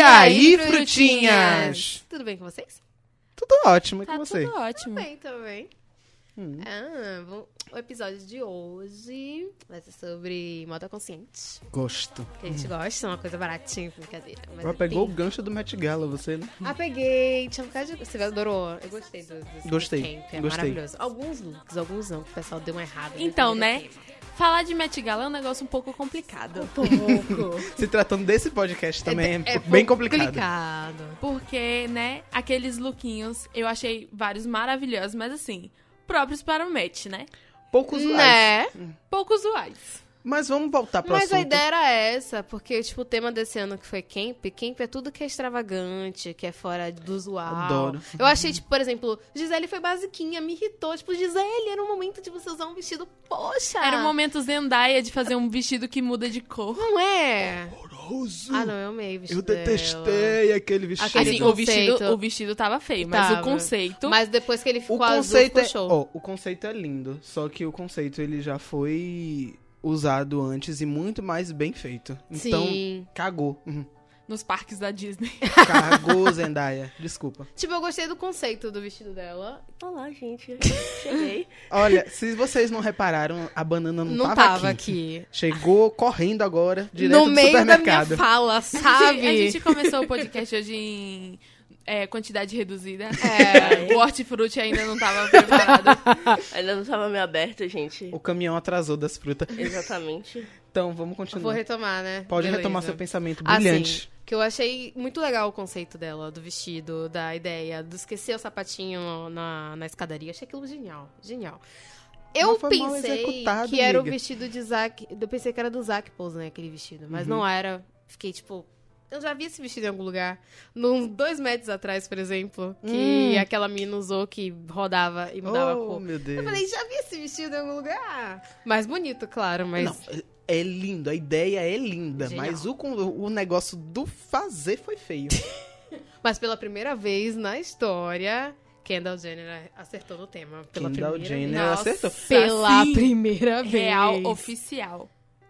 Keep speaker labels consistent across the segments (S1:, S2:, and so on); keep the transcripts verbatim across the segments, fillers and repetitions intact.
S1: aí, frutinhas?
S2: Tudo bem com vocês?
S1: Tudo ótimo, e
S3: Tá
S1: com você?
S3: tudo ótimo.
S2: Tudo bem também.
S1: Hum.
S2: Ah, bom, o episódio de hoje vai ser sobre moda consciente.
S1: Gosto.
S2: Que a gente gosta, é uma coisa baratinha, brincadeira. Mas
S1: Ela pegou o
S2: tem-
S1: gancho do Met Gala, você, né?
S2: Ah, peguei. Tinha um bocado de... Você adorou? Eu gostei do, do
S1: Gostei,
S2: Camp, é
S1: gostei.
S2: maravilhoso. Alguns looks, alguns não, que o pessoal deu uma errada.
S3: Então,
S2: no
S3: né?
S2: primeiro tema.
S3: Falar de Met Gala é um negócio um pouco complicado.
S2: Pouco.
S1: Se tratando desse podcast também é,
S2: É
S1: bem complicado.
S2: complicado.
S3: Porque, né, aqueles lookinhos, eu achei vários maravilhosos, mas assim, próprios para o Met, né?
S1: Pouco usuais.
S2: Né?
S3: Pouco usuais.
S1: Mas vamos voltar pro
S2: Mas
S1: assunto.
S2: a ideia era essa, porque tipo, o tema desse ano que foi Camp, Camp é tudo que é extravagante, que é fora do usual.
S1: Adoro.
S2: Eu achei, tipo, por exemplo, Gisele foi basiquinha, me irritou. Tipo, Gisele, era um momento de você usar um vestido, poxa!
S3: Era o momento Zendaya de fazer um vestido que muda de cor.
S2: Não é?
S1: Horroroso.
S2: Ah, não, eu amei o vestido
S1: Eu detestei aquele vestido.
S2: Aquele
S3: Assim,
S2: do-
S3: o vestido,
S2: conceito.
S3: o vestido tava feio, mas
S2: Tava.
S3: o conceito...
S2: Mas depois que ele
S1: O
S2: ficou azul,
S1: conceito,
S2: ficou
S1: é,
S2: show.
S1: ó, o conceito é lindo, só que o conceito ele já foi usado antes e muito mais bem feito. Então,
S2: Sim.
S1: cagou. Uhum.
S3: Nos parques da Disney.
S1: Cagou, Zendaya. Desculpa.
S2: Tipo, eu gostei do conceito do vestido dela.
S4: Olá, gente. Cheguei.
S1: Olha, se vocês não repararam, a banana não,
S2: Não
S1: tava,
S2: tava
S1: aqui.
S2: aqui.
S1: Chegou correndo agora, direto
S2: No
S1: do
S2: meio da minha
S1: supermercado.
S2: fala,
S3: A gente,
S2: sabe?
S3: a gente começou o podcast hoje em é, quantidade reduzida.
S2: É.
S3: O hortifruti ainda não tava preparado.
S4: Ainda não tava meio aberta, gente.
S1: O caminhão atrasou das frutas.
S4: Exatamente.
S1: Então, vamos
S2: Vou
S1: continuar.
S2: retomar, né?
S1: Pode
S2: Beleza.
S1: retomar seu pensamento
S2: Assim,
S1: brilhante.
S2: que eu achei muito legal o conceito dela, do vestido, da ideia, do esquecer o sapatinho na, na escadaria. Achei aquilo genial, genial. Eu
S1: Mas foi mal
S2: pensei
S1: executado,
S2: que era o
S1: amiga.
S2: vestido de Zac... Eu pensei que era do Zac Pose, né, aquele vestido. Mas
S1: Uhum.
S2: não era. Fiquei, tipo... Eu já vi esse vestido em algum lugar. Num dois metros atrás, por exemplo. Que
S1: Hum.
S2: aquela menina usou que rodava e mudava a
S1: Oh,
S2: cor.
S1: meu Deus.
S2: Eu falei, já vi esse vestido em algum lugar. Mais bonito, claro, mas...
S1: Não, é lindo, a ideia é linda,
S2: Genial.
S1: mas o, con- o negócio do fazer foi feio.
S2: Mas pela primeira vez na história, Kendall Jenner acertou no tema. Pela
S1: Kendall
S2: primeira
S1: Jenner
S2: vez.
S3: Nossa,
S1: acertou.
S2: Pela
S3: Sim.
S2: primeira vez.
S3: Real oficial.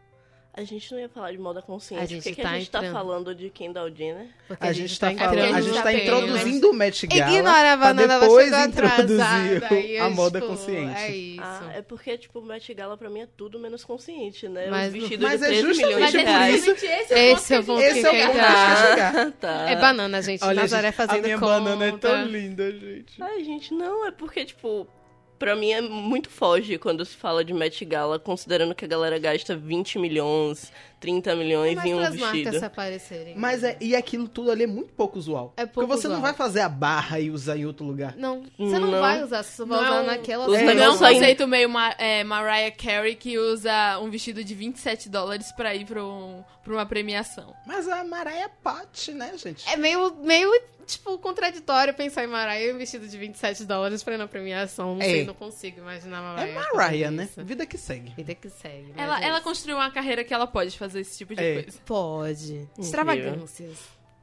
S4: A gente não ia falar de moda consciente.
S2: A gente
S4: Por que, que
S2: tá
S4: a gente
S2: entrando.
S4: tá falando de Kendall Jenner?
S2: Porque
S1: A, gente tá,
S2: entrando
S1: falando, a
S3: entrando
S1: gente
S3: no
S1: tá
S3: tema.
S1: introduzindo o Met Gala
S2: Ignora a
S1: pra
S2: banana, ela
S1: depois
S2: chegou
S1: introduzir
S2: atrasada. aí
S1: a
S2: eu,
S1: moda
S2: tipo,
S1: consciente.
S2: É isso.
S4: Ah, é porque, tipo, Met Gala pra mim é tudo menos consciente, né?
S2: Mas-
S4: Os vestidos
S1: mas
S4: de
S1: é
S4: treze
S1: justamente
S4: milhões de
S1: por
S4: reais.
S1: isso-
S3: Esse
S2: Esse é o ponto que
S1: Esse é o
S2: quer
S1: ponto que a gente quer
S2: chegar.
S1: chegar.
S4: Tá.
S2: É banana, gente.
S1: Olha,
S2: Nazaré
S1: gente,
S2: fazendo
S1: a minha
S2: conta.
S1: banana é tão linda, gente.
S4: Ai, gente, não, é porque, tipo, pra mim é muito foge quando se fala de Met Gala, considerando que a galera gasta vinte milhões, trinta milhões
S2: Mas
S4: em um
S2: pras marcas
S4: vestido.
S2: se aparecerem.
S1: Mas é, e aquilo tudo ali é muito pouco usual.
S2: É pouco
S1: Porque você não
S2: usual.
S1: vai fazer a barra e usar em outro lugar.
S2: Não, você não,
S4: Não.
S2: vai usar, você só vai
S3: Não é
S2: usar
S3: um-
S2: naquela...
S4: Os
S1: É,
S3: Não é um
S4: negócios ainda-
S3: conceito meio Ma- é, Mariah Carey que usa um vestido de vinte e sete dólares pra ir pra, um, pra uma premiação.
S1: Mas a Mariah Pot, né, gente?
S2: É meio, meio, tipo, contraditório pensar em Mariah em um vestido de vinte e sete dólares pra ir na premiação. Não
S1: É.
S2: sei, não consigo imaginar a
S1: É
S2: Mariah.
S1: Mariah,
S2: fazendo
S1: né?
S2: isso.
S1: Vida que segue.
S2: Vida que segue. mas
S3: Ela,
S2: é
S3: ela
S2: isso.
S3: construiu uma carreira que ela pode fazer esse tipo de
S1: É.
S3: coisa.
S2: Pode. Extravagâncias.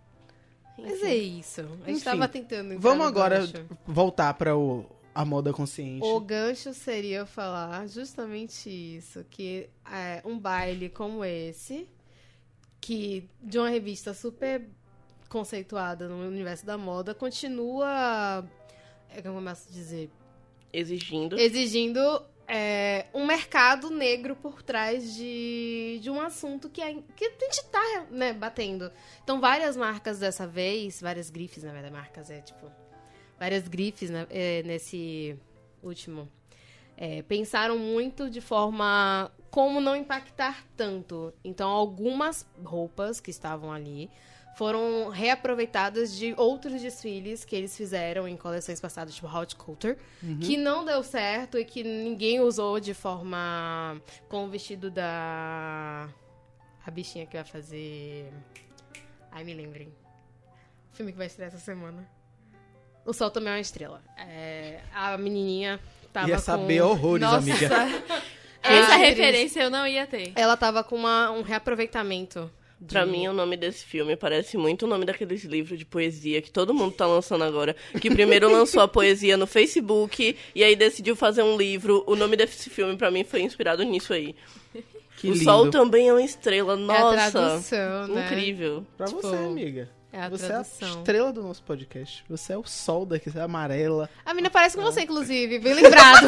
S2: Mas é isso. A gente
S1: Enfim,
S2: tava tentando entrar
S1: Vamos
S2: no
S1: agora
S2: gancho.
S1: voltar pra o, a moda consciente.
S2: O gancho seria falar justamente isso, que é, um baile como esse, que de uma revista super conceituada no universo da moda, continua, é que eu começo a dizer,
S4: Exigindo.
S2: exigindo é, um mercado negro por trás de, de um assunto que, é, que a gente tá, né, batendo. Então, várias marcas dessa vez, várias grifes, na verdade, marcas é tipo... Várias grifes né, é, nesse último. É, pensaram muito de forma como não impactar tanto. Então, algumas roupas que estavam ali foram reaproveitadas de outros desfiles que eles fizeram em coleções passadas, tipo Hot Culture, que não deu certo e que ninguém usou de forma com o vestido da... A bichinha que vai fazer... Ai, me lembrem. O filme que vai estrear essa semana. O Sol Também é uma Estrela. É, a menininha tava
S1: Ia
S2: com...
S1: saber horrores,
S3: Nossa,
S1: amiga.
S3: essa
S2: Ah,
S3: referência eu não ia ter.
S2: Ela tava com uma, um reaproveitamento. de-
S4: Pra mim, o nome desse filme parece muito o nome daqueles livros de poesia que todo mundo tá lançando agora. Que primeiro lançou a poesia no Facebook e aí decidiu fazer um livro. O nome desse filme, pra mim, foi inspirado nisso aí.
S1: Que
S4: o
S1: lindo.
S4: sol também é uma estrela.
S2: É a
S4: Nossa,
S2: tradução, né?
S4: incrível.
S1: Pra
S2: Tipo,
S1: você, amiga.
S2: É a
S1: Você
S2: tradução.
S1: é a estrela do nosso podcast. Você é o sol daqui, você é amarela.
S2: A mina parece com você, inclusive. Bem lembrado.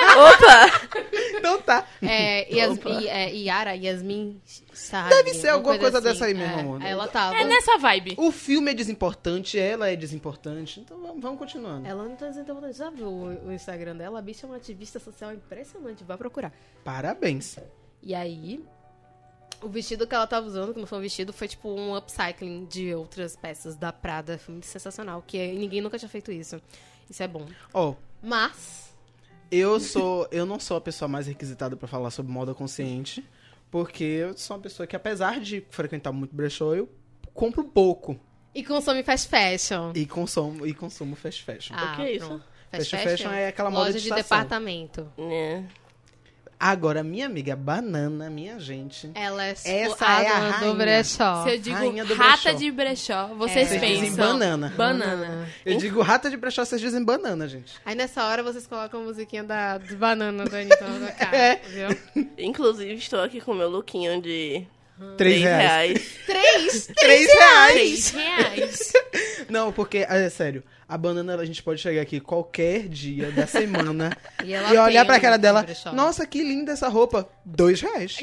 S4: Opa!
S1: Então tá.
S2: É, Yas,
S4: Opa.
S2: I- é, Yara, Yasmin Saad.
S1: Deve ser alguma coisa
S2: assim.
S1: dessa aí mesmo,
S2: É,
S1: amor.
S2: Ela tava.
S3: É nessa vibe.
S1: O filme é desimportante, ela é desimportante. Então vamos, vamos continuando.
S2: Ela não tá dizendo. Já viu o, o Instagram dela? A bicha é uma ativista social impressionante. Vá procurar.
S1: Parabéns.
S2: E aí, o vestido que ela tava usando, que não foi um vestido, foi tipo um upcycling de outras peças da Prada. Foi muito sensacional, que ninguém nunca tinha feito isso. Isso é bom.
S1: Ó,
S2: Mas,
S1: eu sou, eu não sou a pessoa mais requisitada pra falar sobre moda consciente, porque eu sou uma pessoa que, apesar de frequentar muito brechó, eu compro pouco
S2: e consome fast fashion.
S1: e consumo e consumo fast fashion.
S2: Ah,
S4: que é isso?
S2: pronto.
S1: Fast fashion é aquela moda
S2: loja
S1: de
S2: de
S1: estação.
S2: departamento.
S4: É.
S1: Agora, minha amiga Banana, minha gente.
S2: Ela é
S1: Essa
S2: a
S1: é a
S2: dona do
S1: rainha.
S2: brechó.
S3: Se eu digo
S1: Rainha do
S3: rata
S1: brechó.
S3: de brechó, vocês
S2: É.
S3: pensam.
S1: Vocês dizem banana.
S3: Banana.
S1: Eu digo rata de brechó, vocês dizem banana, gente.
S2: Aí nessa hora vocês colocam a musiquinha da, de banana da Anitta na cara,
S1: É.
S2: viu?
S4: Inclusive, estou aqui com meu lookinho de
S1: Três
S4: três
S1: reais.
S4: reais.
S2: Três!
S1: Três reais.
S3: Três reais.
S1: Não, porque, é sério, a banana a gente pode chegar aqui qualquer dia da semana
S2: E, ela
S1: e olhar
S2: tem
S1: pra
S2: um
S1: cara dela.
S2: brechó.
S1: Nossa, que linda essa roupa. Dois reais.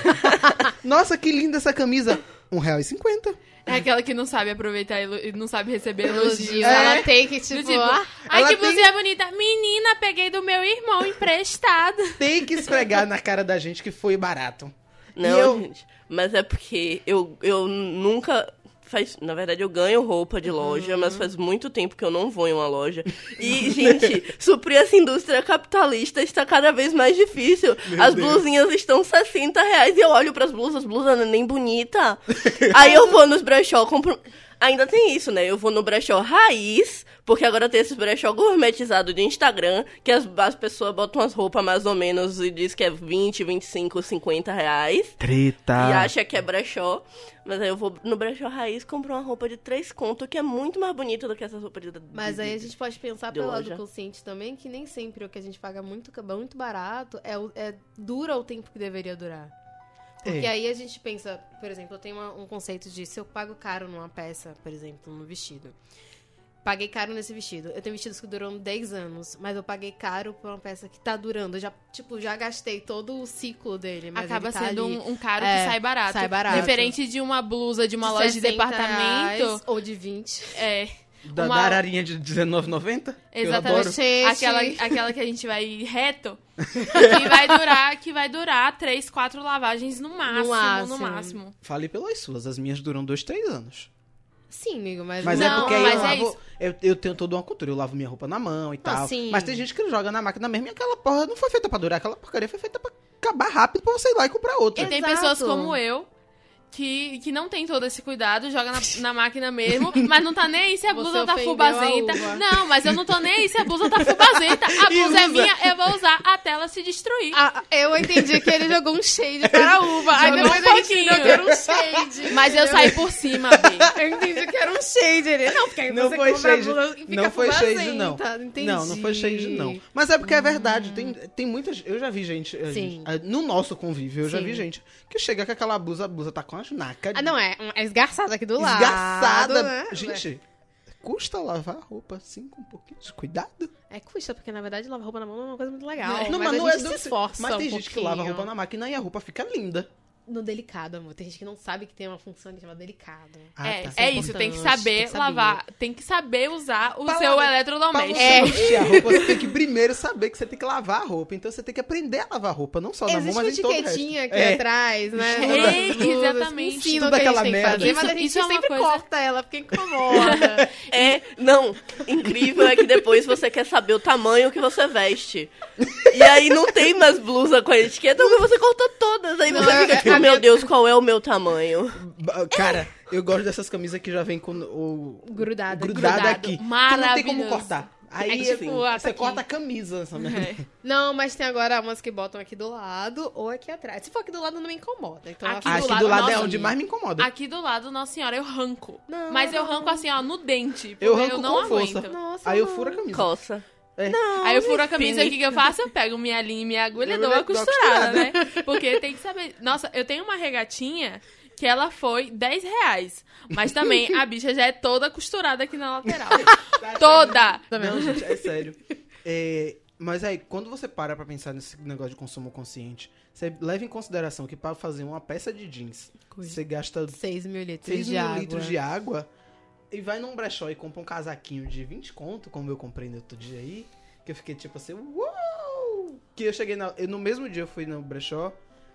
S1: Nossa, que linda essa camisa. Um real e cinquenta.
S3: É aquela que não sabe aproveitar elo- e não sabe receber
S2: elogio.
S3: elogios.
S1: É.
S2: Ela tem que,
S3: Do
S2: tipo,
S3: tipo,
S2: ah,
S3: ai,
S1: ela
S3: que
S1: tem-
S3: blusinha bonita. Menina, peguei do meu irmão emprestado.
S1: Tem que esfregar na cara da gente que foi barato.
S4: Não,
S1: E eu-
S4: gente. Mas é porque eu, eu nunca. Faz, na verdade, eu ganho roupa de loja,
S1: Uhum.
S4: mas faz muito tempo que eu não vou em uma loja. E, gente, suprir essa indústria capitalista está cada vez mais difícil.
S1: Meu
S4: as
S1: Deus.
S4: blusinhas estão sessenta reais e eu olho pras blusas, blusa não é nem bonita. Aí eu vou nos brechó, compro. Ainda tem isso, né? Eu vou no brechó raiz, porque agora tem esses brechó gourmetizado de Instagram, que as, as pessoas botam as roupas mais ou menos e diz que é vinte, vinte e cinco, cinquenta reais.
S1: Treta.
S4: E acha que é brechó. Mas aí eu vou no brechó raiz e compro uma roupa de três conto, que é muito mais bonita do que essas roupas de...
S2: mas aí a gente pode pensar
S4: de
S2: pelo
S4: loja.
S2: lado consciente também, que nem sempre o que a gente paga muito, muito barato é, o- é dura o tempo que deveria durar. Porque
S1: É.
S2: aí a gente pensa, por exemplo, eu tenho uma- um conceito de se eu pago caro numa peça, por exemplo, no vestido. Paguei caro nesse vestido. Eu tenho vestidos que duram dez anos, mas eu paguei caro por uma peça que tá durando. Eu já, tipo, já gastei todo o ciclo dele, mas
S3: Acaba
S2: ele tá
S3: sendo
S2: ali.
S3: um, um caro
S2: É,
S3: que sai barato.
S2: sai barato.
S3: Diferente de uma blusa de uma loja de
S2: sessenta
S3: departamento.
S2: reais ou de vinte.
S3: É.
S1: Da,
S3: uma-
S1: da ararinha de dezenove e noventa?
S3: Exatamente.
S2: Gente.
S3: Aquela, aquela que a gente vai reto, que vai durar, que vai durar três, quatro lavagens no máximo, no
S2: máximo.
S3: máximo.
S1: Fale pelas suas, as minhas duram dois, três anos.
S2: Sim, amigo, mas...
S1: Mas
S3: Não,
S1: é porque aí
S3: mas
S1: eu
S3: é
S1: lavo.
S3: isso.
S1: eu, eu tenho toda uma cultura, eu lavo minha roupa na mão e tal.
S2: sim.
S1: Mas tem gente que joga na máquina mesmo e aquela porra não foi feita pra durar, aquela porcaria foi feita pra acabar rápido pra você ir lá e comprar outra.
S3: E tem
S2: Exato.
S3: pessoas como eu, que, que não tem todo esse cuidado, joga na, na máquina mesmo, mas não tá nem aí se a
S2: Você
S3: blusa tá
S2: ofendeu
S3: fubazenta.
S2: a uva.
S3: Não, mas eu não tô nem aí se a blusa tá fubazenta. A
S1: E
S3: blusa é
S1: usa.
S3: minha, eu vou usar até ela se destruir.
S2: Ah, eu entendi que ele jogou um shade para a uva. Aí
S3: Jogou
S2: depois
S3: um
S2: a gente
S3: pouquinho.
S2: entendeu que era um shade.
S3: Mas eu
S2: entendeu?
S3: saí por cima, B.
S2: Eu entendi que era um shade. Ele, não, porque aí
S1: Não
S2: você
S1: foi
S2: compra a
S1: shade.
S2: blusa e fica
S1: Não foi shade,
S2: fubazenta.
S1: não.
S2: Entendi.
S1: Não, não foi shade, não. Mas é porque é verdade. Tem, tem muitas. Eu já vi gente. a
S2: Sim.
S1: gente- a- no nosso convívio, eu já
S2: Sim.
S1: vi gente que chega com aquela blusa, a blusa tá com as nacas.
S2: Ah, não, é, é esgarçada aqui do lado.
S1: Esgarçada.
S2: né?
S1: Gente, custa lavar a roupa assim com um pouquinho de cuidado?
S2: É, custa, porque na verdade lavar roupa na mão não é uma coisa muito legal.
S1: Não,
S2: mas,
S1: mas não
S2: a
S1: é
S2: gente
S1: do-
S2: se esforça
S1: Mas tem
S2: um
S1: gente que lava a
S2: pouquinho.
S1: roupa na máquina e a roupa fica linda.
S2: No delicado, amor. Tem gente que não sabe que tem uma função que chama delicado.
S1: Ah,
S3: é,
S1: tá.
S3: é isso, tem que
S2: importante,
S3: saber
S2: tem que saber.
S3: lavar, tem que saber usar o
S1: Pra
S3: seu
S1: lavar- Pra
S3: eletrodoméstico.
S1: você
S2: É.
S1: vestir a roupa, você tem que primeiro saber que você tem que lavar a roupa. Então você tem que aprender a lavar a roupa, não só na mão,
S2: Existe
S1: mas
S2: uma
S1: em todo o resto.
S2: etiquetinha aqui
S1: É.
S2: atrás, né?
S3: É,
S2: das blusas,
S3: exatamente.
S2: que Ensina
S1: Tudo
S2: o que a gente
S1: aquela
S2: tem que
S1: merda.
S2: fazer, mas a
S3: Isso-
S2: gente
S3: isso é uma
S2: sempre
S3: coisa-
S2: corta ela, porque incomoda.
S4: É, não, incrível é que depois você quer saber o tamanho que você veste. E aí não tem mais blusa com a etiqueta, porque você cortou todas. Aí
S2: Não,
S4: você
S2: é-
S4: fica tipo,
S2: a
S4: meu
S2: minha-
S4: Deus, qual é o meu tamanho?
S1: Ba- Cara, eu gosto dessas camisas que já vem com o...
S2: Grudada.
S1: grudada
S3: Grudado.
S1: aqui. Que não tem como
S3: Maravilhoso.
S1: cortar. Aí
S2: É tipo, ah,
S1: você
S2: tá
S1: corta a
S2: aqui.
S1: camisa. Essa merda.
S3: É.
S2: Não, mas tem agora umas que botam aqui do lado ou aqui atrás. Se for aqui do lado, não me incomoda. Então,
S3: Aqui
S2: ela
S1: Acho
S3: do
S1: que
S3: lado,
S1: do lado é
S3: nossa,
S1: onde mais me incomoda.
S3: Aqui do lado, Nossa Senhora, eu ranco.
S2: Não,
S3: Mas eu
S2: não.
S3: ranco assim, ó, no dente.
S1: Eu
S3: porque
S1: ranco
S3: eu não
S1: com força.
S3: aguento.
S2: Nossa,
S1: Aí eu
S2: não.
S1: furo a camisa.
S4: Coça.
S1: É.
S3: Aí eu furo a camisa,
S1: Pini.
S3: o que, que eu faço? Eu pego minha linha e minha agulha e
S1: Eu
S3: dou uma
S1: dou uma
S3: costurada, né? Porque tem que saber... Nossa, eu tenho uma regatinha que ela foi dez reais. Mas também a bicha já é toda costurada aqui na lateral. Toda!
S1: Não, gente, é sério. É, mas aí, quando você para pra pensar nesse negócio de consumo consciente, você leva em consideração que para fazer uma peça de jeans,
S2: Coisa.
S1: você gasta
S2: seis mil litros
S1: seis
S2: de
S1: mil
S2: água.
S1: litros de água e vai num brechó e compra um casaquinho de vinte conto, como eu comprei no outro dia aí, que eu fiquei tipo assim, uou! Que eu cheguei na... Eu, no mesmo dia eu fui no brechó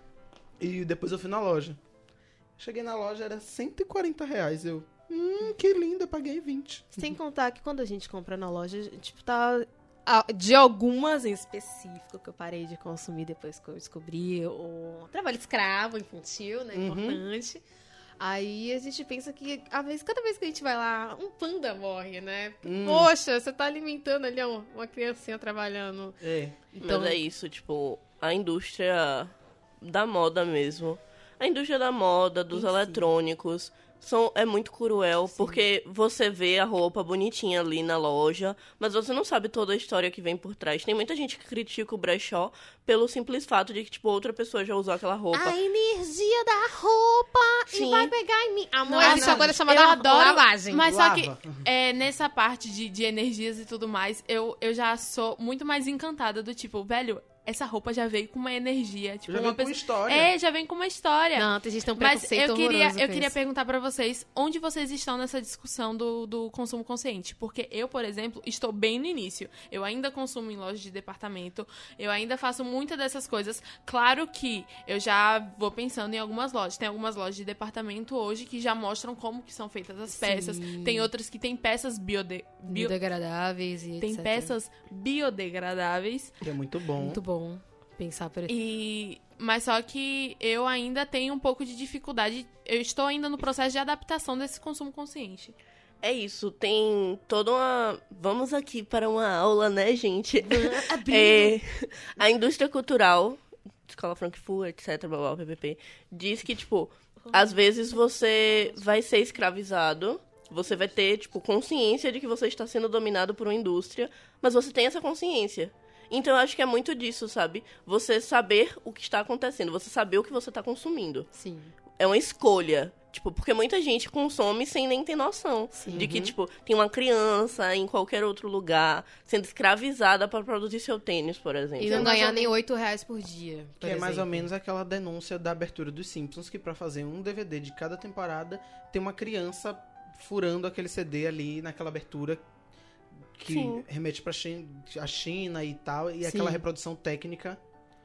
S1: e depois eu fui na loja. Cheguei na loja, era cento e quarenta reais. Eu, hum, que lindo, eu paguei vinte.
S2: Sem contar que quando a gente compra na loja, tipo, tá... ah, de algumas em específico que eu parei de consumir depois que eu descobri o trabalho escravo infantil, né?
S1: Uhum.
S2: Importante. Aí a gente pensa que a vez, cada vez que a gente vai lá, um panda morre, né?
S1: Hum.
S2: Poxa, você tá alimentando ali ó, uma criancinha trabalhando.
S1: É.
S2: Então,
S4: Mas é isso, tipo, a indústria da moda mesmo. A indústria da moda, dos
S2: Sim.
S4: eletrônicos, são, é muito cruel, porque você vê a roupa bonitinha ali na loja, mas você não sabe toda a história que vem por trás. Tem muita gente que critica o brechó pelo simples fato de que, tipo, outra pessoa já usou aquela roupa.
S2: a energia da roupa
S4: Sim.
S2: e vai pegar em mim. Amor,
S3: Nossa,
S2: isso agora é chamada
S3: eu adoro-
S2: lavagem.
S3: Mas
S1: Lava.
S3: só que é, nessa parte de, de energias e tudo mais, eu, eu já sou muito mais encantada do tipo, velho, essa roupa já veio com uma energia. Tipo,
S1: Já
S3: uma
S1: vem com
S3: pessoa...
S1: história.
S3: É, já vem com uma história.
S2: Não, tem gente que tem um
S3: Mas
S2: preconceito
S3: eu queria,
S2: horroroso
S3: eu
S2: com
S3: queria
S2: isso.
S3: perguntar pra vocês onde vocês estão nessa discussão do, do consumo consciente. Porque eu, por exemplo, estou bem no início. Eu ainda consumo em lojas de departamento. Eu ainda faço muitas dessas coisas. Claro que eu já vou pensando em algumas lojas. Tem algumas lojas de departamento hoje que já mostram como que são feitas as peças.
S2: Sim.
S3: Tem outras que tem peças biode... bio...
S2: Biodegradáveis e
S3: Tem
S2: etcétera.
S3: peças biodegradáveis.
S1: Que é muito bom.
S2: Muito bom pensar por isso.
S3: E... Mas só que eu ainda tenho um pouco de dificuldade. Eu estou ainda no processo de adaptação desse consumo consciente.
S4: É isso, tem toda uma... Vamos aqui para uma aula, né, gente? É, a indústria cultural, Escola Frankfurt, etc, blá, blá, P P P, diz que, tipo, às vezes você vai ser escravizado, você vai ter, tipo, consciência de que você está sendo dominado por uma indústria, mas você tem essa consciência. Então, eu acho que é muito disso, sabe? Você saber o que está acontecendo, você saber o que você está consumindo.
S2: Sim.
S4: É uma escolha. Tipo, porque muita gente consome sem nem ter noção.
S2: Sim.
S4: De que, tipo, tem uma criança em qualquer outro lugar sendo escravizada para produzir seu tênis, por exemplo.
S2: E
S1: é
S2: não
S1: mais
S2: ganhar
S1: ou-
S2: nem oito reais por dia.
S1: Que
S2: por
S1: é mais ou
S2: exemplo.
S1: menos aquela denúncia da abertura dos Simpsons, que pra fazer um D V D de cada temporada, tem uma criança furando aquele C D ali naquela abertura que
S4: Sim.
S1: remete pra China, a China e tal, e
S2: Sim.
S1: aquela reprodução técnica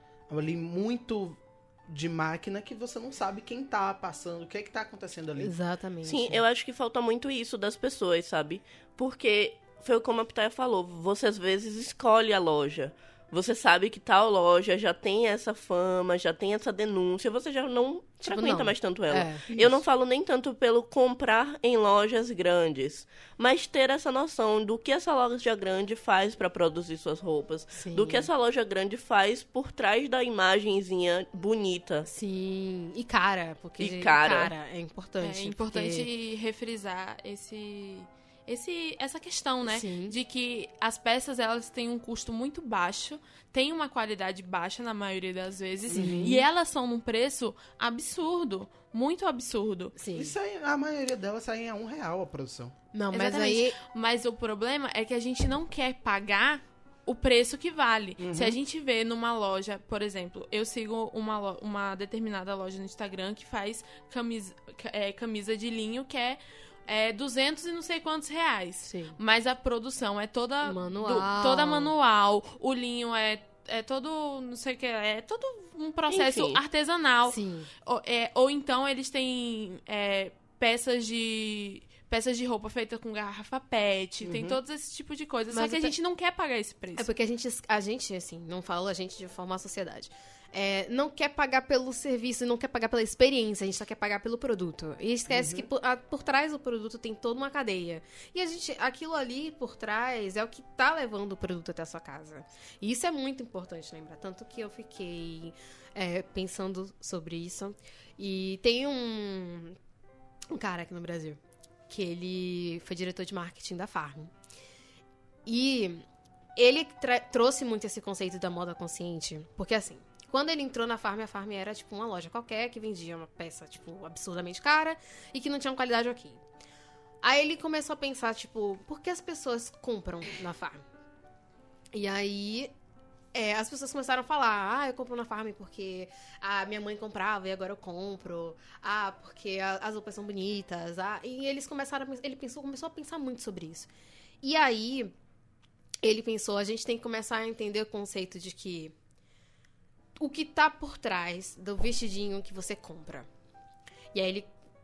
S1: ali muito de máquina que você não sabe quem tá passando, o que é que tá acontecendo ali.
S2: Exatamente.
S4: Sim, eu acho que falta muito isso das pessoas, sabe? Porque foi como a Pitaya falou, você às vezes escolhe a loja. Você sabe que tal loja já tem essa fama, já tem essa denúncia, você já não frequenta
S2: não.
S4: mais tanto ela.
S2: É,
S4: Eu não falo nem tanto pelo comprar em lojas grandes, mas ter essa noção do que essa loja grande faz para produzir suas roupas,
S2: Sim.
S4: do que essa loja grande faz por trás da imagenzinha bonita.
S2: Sim. E cara, porque
S4: E
S2: gente,
S4: cara.
S2: é importante.
S3: É importante
S2: porque-
S3: refrisar esse, esse, essa questão, né?
S2: Sim.
S3: De que as peças, elas têm um custo muito baixo, têm uma qualidade baixa na maioria das vezes,
S2: Sim.
S3: e elas são num preço absurdo, muito absurdo.
S2: Sim.
S1: Isso aí, a maioria delas saem a um real a produção.
S2: Não, mas
S3: Exatamente.
S2: aí...
S3: Mas o problema é que a gente não quer pagar o preço que vale. Se a gente vê numa loja, por exemplo, eu sigo uma, lo- uma determinada loja no Instagram que faz camisa, é, camisa de linho que é, é duzentos e não sei quantos reais.
S2: Sim.
S3: Mas a produção é toda
S2: Manual.
S3: do- toda manual, o linho é é todo, não sei o que, é todo um processo
S4: Enfim.
S3: artesanal.
S2: Sim.
S3: Ou, é, ou então eles têm é, peças de peças de roupa feita com garrafa pet, tem todos esse tipo de coisa. Só
S2: Mas
S3: que a
S2: até-
S3: gente não quer pagar esse preço.
S2: É porque a gente, a gente, assim, não falo a gente de forma a sociedade. É, não quer pagar pelo serviço, não quer pagar pela experiência, a gente só quer pagar pelo produto. E esquece que por, a- por trás do produto tem toda uma cadeia. E a gente, aquilo ali por trás é o que tá levando o produto até a sua casa. E isso é muito importante lembrar. Tanto que eu fiquei é, pensando sobre isso. E tem um, um cara aqui no Brasil que ele foi diretor de marketing da Farm. E ele tra- trouxe muito esse conceito da moda consciente, porque assim, quando ele entrou na Farm, a Farm era tipo uma loja qualquer que vendia uma peça, tipo, absurdamente cara e que não tinha uma qualidade ok. Aí ele começou a pensar, tipo, por que as pessoas compram na Farm? E aí, é, as pessoas começaram a falar, ah, eu compro na Farm porque a minha mãe comprava e agora eu compro. Ah, porque a, as roupas são bonitas. Ah, e eles começaram, a, ele pensou, começou a pensar muito sobre isso. E aí, ele pensou, a gente tem que começar a entender o conceito de que o que tá por trás do vestidinho que você compra. E aí ele...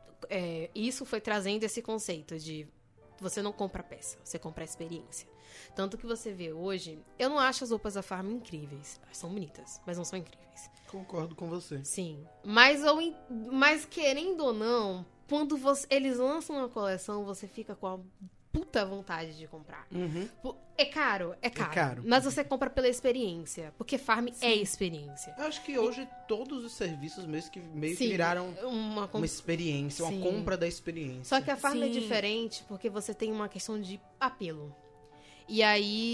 S2: É, isso foi trazendo esse conceito de você não compra peça, você compra experiência. Tanto que você vê hoje, eu não acho as roupas da Farm incríveis. Elas são bonitas, mas não são incríveis.
S1: Concordo com você.
S2: Sim. Mas, eu, mas querendo ou não, quando você, eles lançam uma coleção, você fica com a puta vontade de comprar.
S1: Uhum.
S2: É caro, é caro,
S1: É caro.
S2: Mas você compra pela experiência. Porque Farm
S3: Sim.
S2: é experiência.
S1: Eu acho que hoje todos os serviços meio que, meio que
S2: Sim,
S1: viraram
S2: uma,
S1: uma experiência,
S2: Sim.
S1: uma compra da experiência.
S2: Só que a Farm é
S3: Sim.
S2: diferente porque você tem uma questão de apelo. E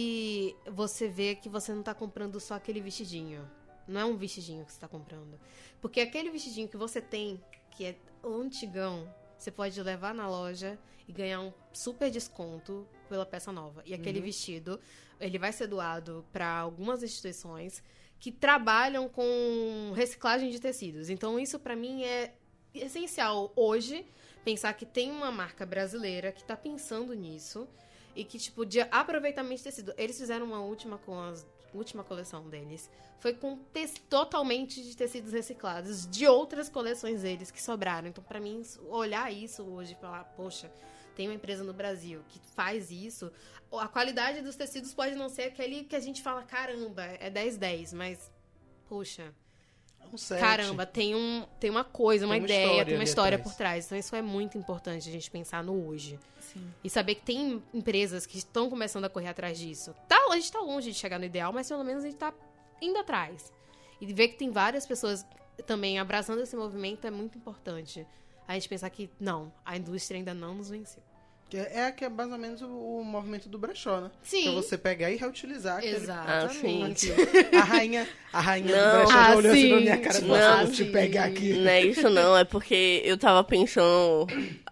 S2: aí você vê que você não tá comprando só aquele vestidinho. Não é um vestidinho que você tá comprando. Porque aquele vestidinho que você tem, que é antigão, você pode levar na loja e ganhar um super desconto pela peça nova. E aquele
S1: Uhum.
S2: vestido, ele vai ser doado para algumas instituições que trabalham com reciclagem de tecidos. Então isso para mim é essencial hoje, pensar que tem uma marca brasileira que tá pensando nisso e que, tipo, de aproveitamento de tecido. Eles fizeram uma última com as última coleção deles. Foi com te- totalmente de tecidos reciclados de outras coleções deles que sobraram. Então, pra mim, olhar isso hoje e falar, poxa, tem uma empresa no Brasil que faz isso, a qualidade dos tecidos pode não ser aquele que a gente fala, caramba, é dez dez, mas, poxa,
S1: Um set.
S2: caramba, tem, um, tem uma coisa, uma,
S1: Tem uma
S2: ideia,
S1: história
S2: tem uma
S1: ali
S2: história
S1: atrás.
S2: por trás. Então, isso é muito importante a gente pensar no hoje.
S3: Sim.
S2: E saber que tem empresas que estão começando a correr atrás disso. Tá, a gente tá longe de chegar no ideal, mas pelo menos a gente tá indo atrás. E ver que tem várias pessoas também abraçando esse movimento é muito importante. A gente pensar que, não, a indústria ainda não nos venceu.
S1: Que É, é que é mais ou menos o, o movimento do brechó, né?
S2: Sim.
S1: Que é você pegar e reutilizar. aquele-
S2: Exatamente.
S1: A rainha, a rainha
S4: Não.
S1: do brechó
S2: Ah,
S1: já olhou assim
S2: sim.
S1: na minha cara e falou
S4: Não.
S1: assim, vou te pegar aqui.
S4: Não é isso não, é porque eu tava pensando...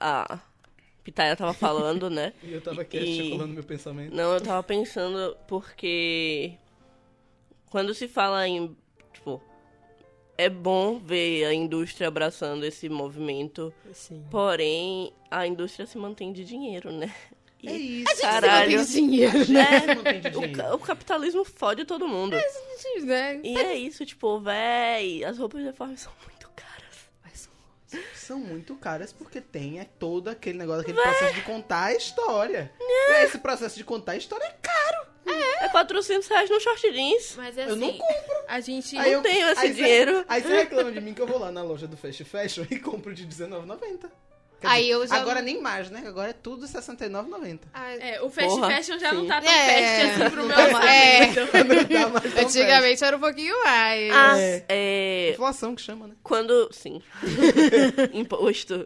S4: A Pitaya tava falando, né?
S1: E eu tava aqui
S4: E-
S1: articulando meu pensamento.
S4: Não, eu tava pensando porque... Quando se fala em... Tipo... É bom ver a indústria abraçando esse movimento,
S2: Sim.
S4: porém, a indústria se mantém de dinheiro, né? E,
S1: É isso.
S4: caralho.
S2: Você não tem dinheiro,
S1: É,
S2: né?
S1: não tem de
S4: O,
S1: dinheiro.
S4: ca- o capitalismo fode todo mundo.
S2: né?
S4: E é isso, tipo, véi, as roupas de reforma são muito caras.
S2: Mas-
S1: São muito caras porque tem é todo aquele negócio, aquele processo de contar a história. E aí, esse processo de contar a história é caro.
S4: É quatrocentos reais no short jeans.
S3: Mas é
S1: Eu
S3: assim,
S1: não compro.
S3: a gente...
S1: Aí eu
S4: tenho esse
S1: aí
S4: dinheiro.
S1: Você, aí você reclama de mim que eu vou lá na loja do Fast Fashion e compro de dezenove reais e noventa centavos. Quer
S2: Aí
S1: dizer,
S2: eu já
S1: agora
S2: não-
S1: nem mais, né? Agora é tudo sessenta e nove reais e noventa
S2: Ah,
S3: É, o fast
S4: Porra,
S3: fashion já não
S4: sim.
S3: tá tão
S2: É.
S3: fast assim pro meu
S2: É.
S3: orçamento.
S1: centavos. Não tá mais tão
S2: Antigamente era um pouquinho mais.
S4: Ah,
S1: É.
S4: é...
S1: Inflação que chama, né?
S4: Quando... Sim. Imposto.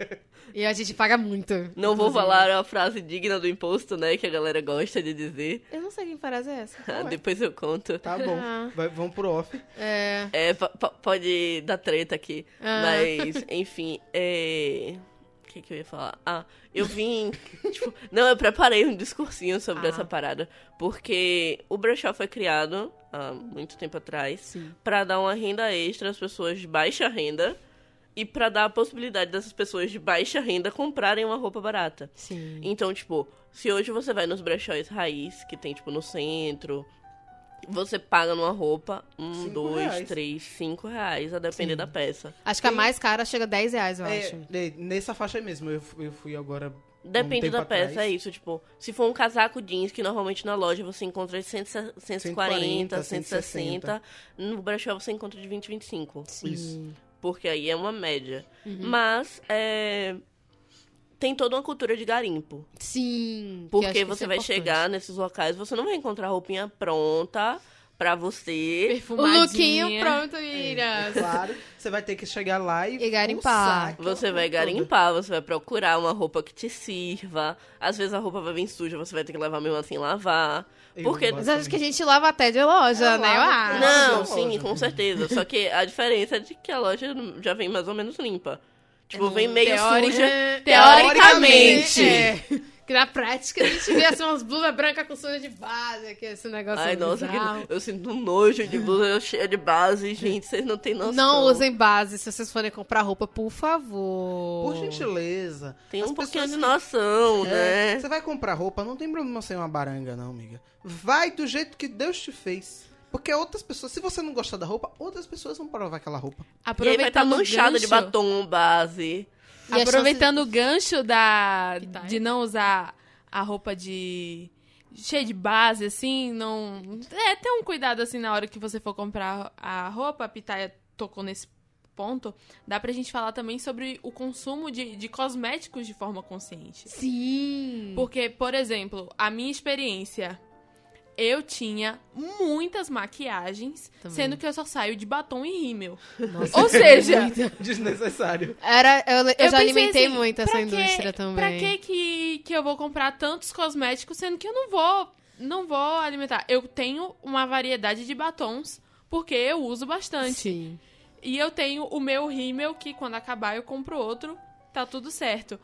S2: E a gente paga muito.
S4: Não vou
S2: inclusive.
S4: falar a frase digna do imposto, né? Que a galera gosta de dizer.
S2: Eu não sei quem frase é essa.
S1: Ué.
S4: Depois eu conto.
S1: Tá bom.
S2: Ah.
S1: Vai, vamos pro off.
S2: É.
S4: É, po- po- pode dar treta aqui.
S2: Ah.
S4: Mas, enfim, é... O que, que eu ia falar? Ah, eu vim... tipo, não, eu preparei um discursinho sobre
S2: Ah.
S4: essa parada. Porque o brechó foi criado há muito tempo atrás
S2: Sim.
S4: pra dar uma renda extra às pessoas de baixa renda e pra dar a possibilidade dessas pessoas de baixa renda comprarem uma roupa barata.
S2: Sim.
S4: Então, tipo, se hoje você vai nos brechóis raiz, que tem, tipo, no centro, você paga numa roupa um,
S1: Cinco
S4: dois,
S1: reais.
S4: três, cinco reais, a depender
S2: Sim.
S4: da peça.
S2: Acho que a mais cara chega a dez reais, eu
S1: É,
S2: acho.
S1: é, nessa faixa aí mesmo, eu, fu- eu fui agora.
S4: Depende
S1: um tempo
S4: da peça,
S1: atrás.
S4: é isso, tipo, se for um casaco jeans, que normalmente na loja você encontra de cento e quarenta, cento e sessenta, no brechó você encontra de vinte, vinte e cinco.
S1: Isso.
S4: Porque aí é uma média.
S2: Uhum.
S4: Mas, é... tem toda uma cultura de garimpo.
S2: Sim. que acho
S4: Porque
S2: que
S4: você
S2: isso é
S4: vai
S2: importante.
S4: chegar nesses locais, você não vai encontrar roupinha pronta pra você.
S2: O
S3: Perfumadinha.
S2: lookinho pronto, meninas.
S1: Claro, você vai ter que chegar lá e...
S2: E garimpar.
S1: fuçar aquela
S4: Você vai
S1: roupa toda.
S4: garimpar, você vai procurar uma roupa que te sirva. Às vezes a roupa vai vir suja, você vai ter que levar mesmo assim lavar.
S1: Eu
S4: Porque...
S1: gosto.
S2: Mas acho que a gente lava até de loja,
S1: Eu
S2: né? Eu
S1: lavo,
S2: acho.
S4: Não,
S1: loja.
S4: sim, com certeza. Só que a diferença é de que a loja já vem mais ou menos limpa. Tipo, vem meio
S3: Teórica-
S4: suja.
S3: Teoricamente.
S2: É. Que na prática a gente vê assim umas blusas brancas com suja de base, que esse negócio
S4: Ai, nossa,
S2: bizarro.
S4: que- eu sinto um nojo de blusa cheia de base, gente. Vocês não têm noção.
S2: Não usem base se vocês forem comprar roupa, por favor.
S1: Por gentileza.
S4: Tem
S1: As
S4: um pouquinho
S1: pessoas
S4: de noção,
S1: É,
S4: né?
S1: você vai comprar roupa, não tem problema ser uma baranga, não, amiga. Vai do jeito que Deus te fez. Porque outras pessoas, se você não gostar da roupa, outras pessoas vão provar aquela roupa.
S4: E aí vai estar
S3: Aproveitando o
S4: manchada de
S3: gancho-
S4: batom, base.
S2: E a
S3: Aproveitando o gancho da
S2: Pitaia.
S3: de não usar a roupa de cheia de base, assim, não... É, ter um cuidado, assim, na hora que você for comprar a roupa. A Pitaia tocou nesse ponto. Dá pra gente falar também sobre o consumo de, de cosméticos de forma consciente.
S2: Sim.
S3: Porque, por exemplo, a minha experiência... Eu tinha muitas maquiagens,
S2: Também.
S3: sendo que eu só saio de batom e rímel.
S2: Nossa,
S3: Ou seja,
S1: Desnecessário.
S2: Era, eu, eu, já
S3: pensei
S2: alimentei
S3: assim,
S2: muito essa
S3: pra
S2: indústria
S3: que,
S2: também.
S3: Pra que, que que eu vou comprar tantos cosméticos, sendo que eu não vou, não vou alimentar? Eu tenho uma variedade de batons, porque eu uso bastante.
S2: Sim.
S3: E eu tenho o meu rímel, que quando acabar eu compro outro, tá tudo certo.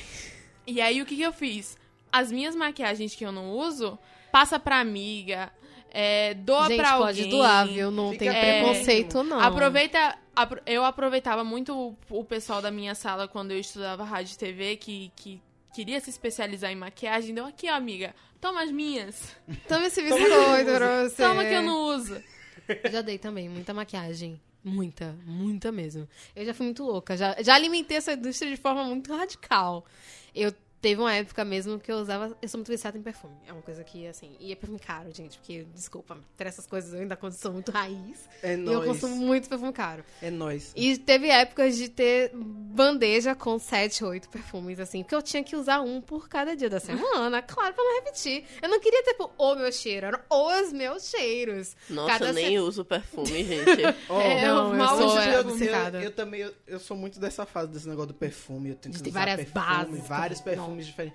S3: E aí, o que, que eu fiz? As minhas maquiagens que eu não uso, passa pra amiga, é, doa
S2: Gente,
S3: pra
S2: pode
S3: alguém.
S2: doar, viu? Não
S1: Fica
S2: tem
S3: É,
S2: preconceito, não.
S3: Aproveita, apro- eu aproveitava muito o, o pessoal da minha sala quando eu estudava rádio e T V, que, que queria se especializar em maquiagem. Deu aqui, ó, amiga, toma as minhas.
S2: Toma esse biscoito pra você.
S3: Toma que eu não uso.
S2: Já dei também, muita maquiagem. Muita, muita mesmo. Eu já fui muito louca. Já, já alimentei essa indústria de forma muito radical. Eu teve uma época mesmo que eu usava... Eu sou muito viciada em perfume. É uma coisa que, assim... E é perfume caro, gente. Porque, desculpa, ter essas coisas eu ainda sou muito raiz.
S1: É
S2: E eu
S1: nóis.
S2: consumo muito perfume caro.
S1: É nóis.
S2: E teve épocas de ter bandeja com sete, oito perfumes, assim. Porque eu tinha que usar um por cada dia da semana. Claro, pra não repetir. Eu não queria ter, tipo, o meu cheiro. Eram os meus cheiros.
S4: Nossa,
S2: Cada
S4: eu nem
S2: se-
S4: uso perfume, gente.
S1: Ó,
S3: É,
S2: não, eu
S3: mal
S2: sou
S3: uso
S1: eu,
S2: é,
S1: eu,
S2: viciada.
S1: eu também, eu, eu sou muito dessa fase, desse negócio do perfume. Eu tenho
S2: De
S1: que
S2: ter
S1: usar
S2: várias
S1: perfume,
S2: bases,
S1: vários
S2: como-
S1: perfumes diferentes.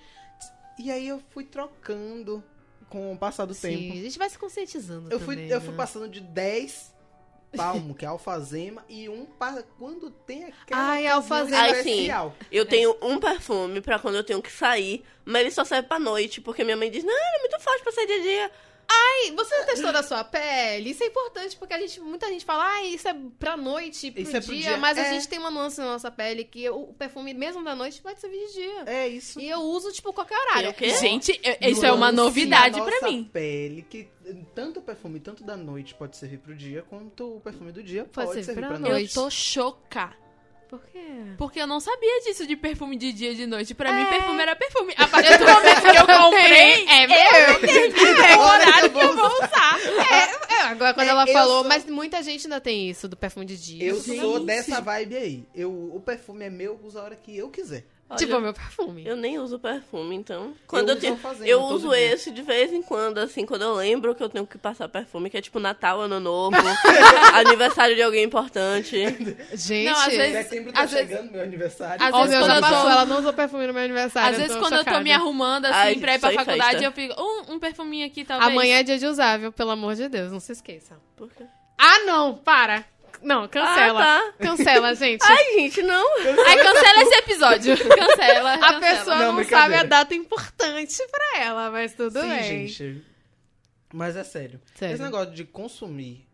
S1: E aí eu fui trocando com o passar do
S2: Sim,
S1: tempo.
S2: a gente vai se conscientizando
S1: Eu fui,
S2: também,
S1: eu
S2: né?
S1: fui passando de dez palmo, que é alfazema, e um para quando tem aquela
S2: Ai,
S1: ocasião
S2: alfazema.
S4: Ai, sim.
S1: especial.
S4: Eu tenho um perfume pra quando eu tenho que sair, mas ele só serve pra noite, porque minha mãe diz, não, ele é muito forte pra sair de dia.
S2: Ai, você não testou da sua pele? Isso é importante, porque a gente, muita gente fala, ah, isso é pra noite, pro,
S1: Isso
S2: dia,
S1: é pro dia.
S2: mas a
S1: É.
S2: gente tem uma nuance na nossa pele que o perfume, mesmo da noite, pode servir de dia.
S1: É isso.
S2: E eu uso, tipo, qualquer horário.
S4: Tem o quê?
S3: Gente, eu- isso é uma
S1: Nuance
S3: novidade
S1: na
S3: pra
S1: nossa
S3: mim.
S1: pele, que tanto o perfume, tanto da noite pode servir pro dia, quanto o perfume do dia
S2: Pode
S1: pode,
S2: servir
S1: servir
S2: pra
S1: pra
S2: noite.
S1: noite.
S3: Eu tô chocada.
S2: Por quê?
S3: Porque eu não sabia disso de perfume de dia e de noite. Pra mim, perfume era perfume. A partir do momento que eu comprei,
S2: É meu.
S3: é o horário que eu vou usar.
S2: É, agora quando
S1: É,
S2: ela
S1: eu
S2: falou,
S1: sou-
S2: mas muita gente ainda tem isso do perfume de dia.
S1: Eu
S2: Gente.
S1: sou dessa vibe aí. Eu, o perfume é meu, eu uso a hora que eu quiser.
S2: Tipo,
S4: Olha,
S2: o meu perfume.
S4: eu nem uso perfume, então. Quando
S1: Eu
S4: eu,
S1: uso
S4: tenho,
S1: alfazema
S4: eu
S1: todo
S4: uso
S1: dia.
S4: esse de vez em quando, assim, quando eu lembro que eu tenho que passar perfume, que é tipo Natal, Ano Novo, aniversário de alguém importante.
S2: Gente,
S3: Não, às vezes-
S1: Setembro tá
S3: às vezes-
S1: chegando, meu aniversário.
S3: às
S2: ó, o
S3: vezes
S2: meu
S3: quando
S2: já
S3: eu tô-
S2: passou, ela não usou perfume no meu aniversário.
S3: Às vezes,
S2: tô
S3: quando eu tô
S2: chocada.
S3: me arrumando, assim,
S4: Ai,
S3: pra ir pra
S4: só em
S3: faculdade,
S4: festa.
S3: eu fico, um, um perfuminho aqui, talvez.
S2: Amanhã é dia de usável, pelo amor de Deus, não se esqueça.
S4: Por quê?
S2: Ah, não, para. Não, cancela.
S4: Ah, tá.
S2: Cancela, gente.
S4: Ai, gente, não.
S3: Aí cancela esse episódio. Cancela.
S2: a
S3: cancela.
S2: pessoa
S1: Não,
S2: não,
S1: brincadeira.
S2: sabe a data importante pra ela, mas tudo
S1: Sim,
S2: bem.
S1: gente. Mas é sério.
S2: Sério.
S1: Esse negócio de consumir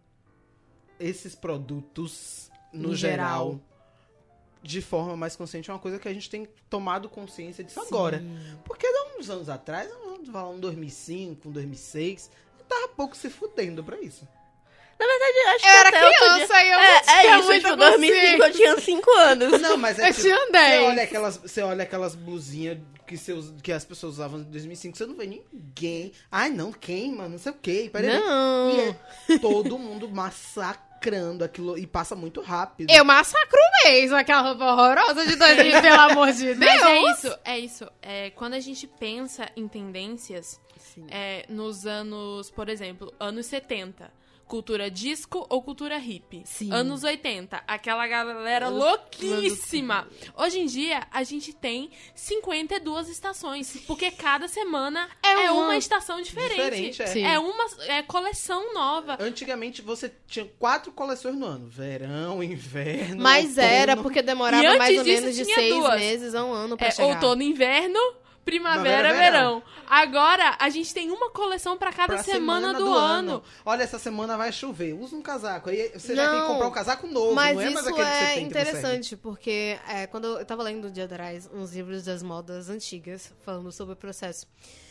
S1: esses produtos, no
S2: Em
S1: geral,
S2: geral.
S1: de forma mais consciente, é uma coisa que a gente tem tomado consciência disso agora. Porque há uns anos atrás, vamos falar um dois mil e cinco, um dois mil e seis, eu tava pouco se fudendo pra isso.
S4: Na verdade, acho
S2: Eu
S4: que
S2: era
S4: até eu podia-
S2: criança e eu
S4: É,
S2: não tinha
S4: é isso,
S2: muita
S4: tipo, dois mil e cinco eu
S2: consciência.
S4: tinha cinco anos.
S1: Não, mas é
S2: Eu
S1: tipo,
S2: tinha
S1: você
S2: dez.
S1: olha aquelas, você olha aquelas blusinhas que, você usa- que as pessoas usavam em dois mil e cinco, você não vê ninguém. Ai, não, quem, mano? Não sei o quê. Peraí.
S2: Não.
S1: E é todo mundo massacrando aquilo e passa muito rápido.
S2: Eu massacro mesmo aquela roupa horrorosa de dois mil, pelo amor de Deus.
S3: Mas é isso, é isso. É, quando a gente pensa em tendências, é, nos anos, por exemplo, anos setenta, Cultura disco ou cultura hippie?
S2: Sim.
S3: Anos oitenta, aquela galera
S2: Anos-
S3: louquíssima. Hoje em dia, a gente tem cinquenta e duas estações, porque cada semana é,
S2: É
S3: uma...
S2: uma
S3: estação diferente.
S1: Diferente, é.
S2: Sim.
S3: É uma é coleção nova.
S1: Antigamente você tinha quatro coleções no ano. Verão, inverno,
S2: Mas
S1: outono.
S2: era, porque
S3: E
S2: demorava
S3: antes
S2: mais ou
S3: disso
S2: menos de
S3: tinha
S2: seis
S3: duas.
S2: meses a um ano pra
S3: É
S2: chegar.
S3: outono, inverno, primavera,
S1: Primavera,
S3: verão. Agora, a gente tem uma coleção pra cada
S1: Pra
S3: semana, do, ano.
S1: Olha, essa semana vai chover. Usa um casaco. Aí você já tem que
S2: Não,
S1: comprar um casaco novo.
S2: Mas
S1: não é mais
S2: isso
S1: aquele que você
S2: é
S1: tem que não serve.
S2: interessante, porque é, quando eu tava lendo um dia atrás uns livros das modas antigas, falando sobre o processo.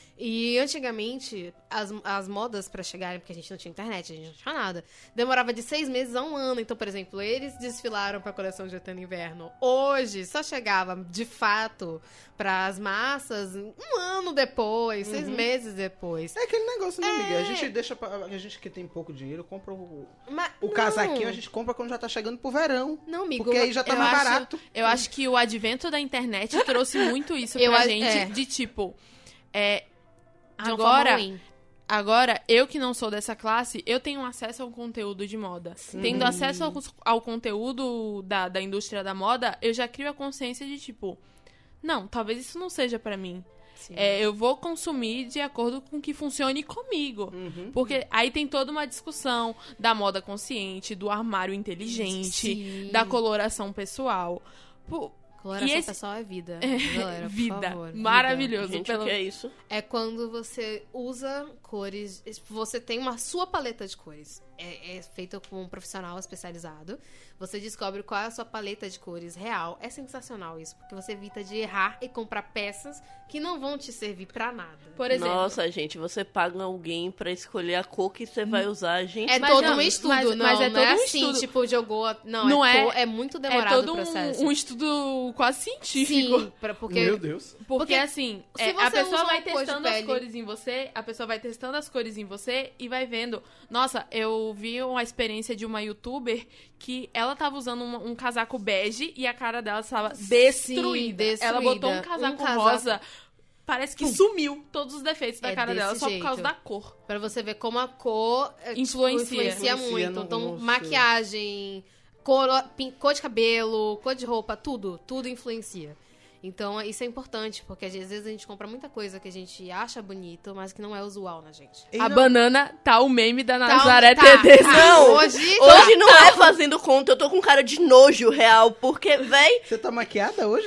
S2: E antigamente, as, as modas pra chegarem, porque a gente não tinha internet, a gente não tinha nada, demorava de seis meses a um ano. Então, por exemplo, eles desfilaram pra coleção de outono e inverno. Hoje, só chegava, de fato, pras massas um ano depois, seis meses depois.
S1: É aquele negócio, né, amiga? A
S2: É.
S1: gente deixa pra... A gente que tem pouco dinheiro, compra o,
S2: Mas,
S1: o
S2: não.
S1: casaquinho, a gente compra quando já tá chegando pro verão.
S2: Não, amigo.
S1: Porque aí já tá
S3: eu
S1: mais
S3: acho-
S1: barato.
S3: Eu acho que o advento da internet trouxe muito isso
S2: Eu
S3: pra
S2: a-
S3: gente,
S2: é.
S3: de tipo... É,
S2: De uma forma
S3: agora,
S2: ruim.
S3: agora, eu que não sou dessa classe, eu tenho acesso ao conteúdo de moda. Tendo acesso ao, ao conteúdo da, da indústria da moda, eu já crio a consciência de, tipo... Não, talvez isso não seja pra mim.
S2: Sim.
S3: É, eu vou consumir de acordo com que funcione comigo.
S1: Uhum.
S3: Porque aí tem toda uma discussão da moda consciente, do armário inteligente,
S2: Sim.
S3: da coloração pessoal. Pô,
S2: Coloração
S3: E esse-
S2: pessoal é vida, galera, por
S3: vida.
S2: favor.
S3: Maravilhoso.
S4: Gente,
S3: pelo-
S4: o que é isso?
S2: É quando você usa cores, você tem uma sua paleta de cores. É, é feita com um profissional especializado. Você descobre qual é a sua paleta de cores real. É sensacional isso, porque você evita de errar e comprar peças que não vão te servir pra nada.
S3: Por exemplo.
S4: Nossa, gente, você paga alguém pra escolher a cor que você vai usar, gente.
S2: É
S3: Mas
S2: todo
S3: não,
S2: um estudo,
S3: mas-
S2: não,
S3: mas é
S2: não é
S3: todo um
S2: assim,
S3: estudo.
S2: tipo, jogou... a- Não,
S3: Não
S2: é,
S3: é-
S2: to- é muito
S3: É
S2: demorado
S3: todo
S2: o
S3: um,
S2: processo.
S3: um estudo quase científico.
S2: Sim, pra, porque...
S1: Meu Deus.
S3: Porque,
S2: Porque
S3: assim,
S2: se
S3: é,
S2: você
S3: a pessoa
S2: usa
S3: vai
S2: uma cor de
S3: testando as
S2: pele-
S3: cores em você, a pessoa vai testando as cores em você e vai vendo. Nossa, eu vi uma experiência de uma youtuber que ela tava usando um, um casaco bege e a cara dela estava destruída.
S2: destruída.
S3: Ela botou um casaco,
S2: Um casaco-
S3: rosa, parece que sumiu todos os defeitos da
S2: É
S3: cara dela
S2: desse
S3: só por causa
S2: jeito.
S3: da cor.
S2: Pra você ver como a cor é, tipo,
S3: Influencia.
S2: influencia
S1: Influencia
S2: muito.
S1: no-
S2: Então,
S1: no seu-
S2: maquiagem, cor, pin- cor de cabelo, cor de roupa, tudo. Tudo influencia. Então, isso é importante, porque às vezes a gente compra muita coisa que a gente acha bonito, mas que não é usual na gente.
S1: E
S3: a
S1: não-
S3: banana tá o meme da
S2: Tá,
S3: Nazaré
S2: tá,
S3: Tedesco.
S2: tá.
S4: Não,
S2: Hoje,
S4: Hoje não é fazendo conta, eu tô com cara de nojo real, porque, véi,
S1: Você tá maquiada hoje?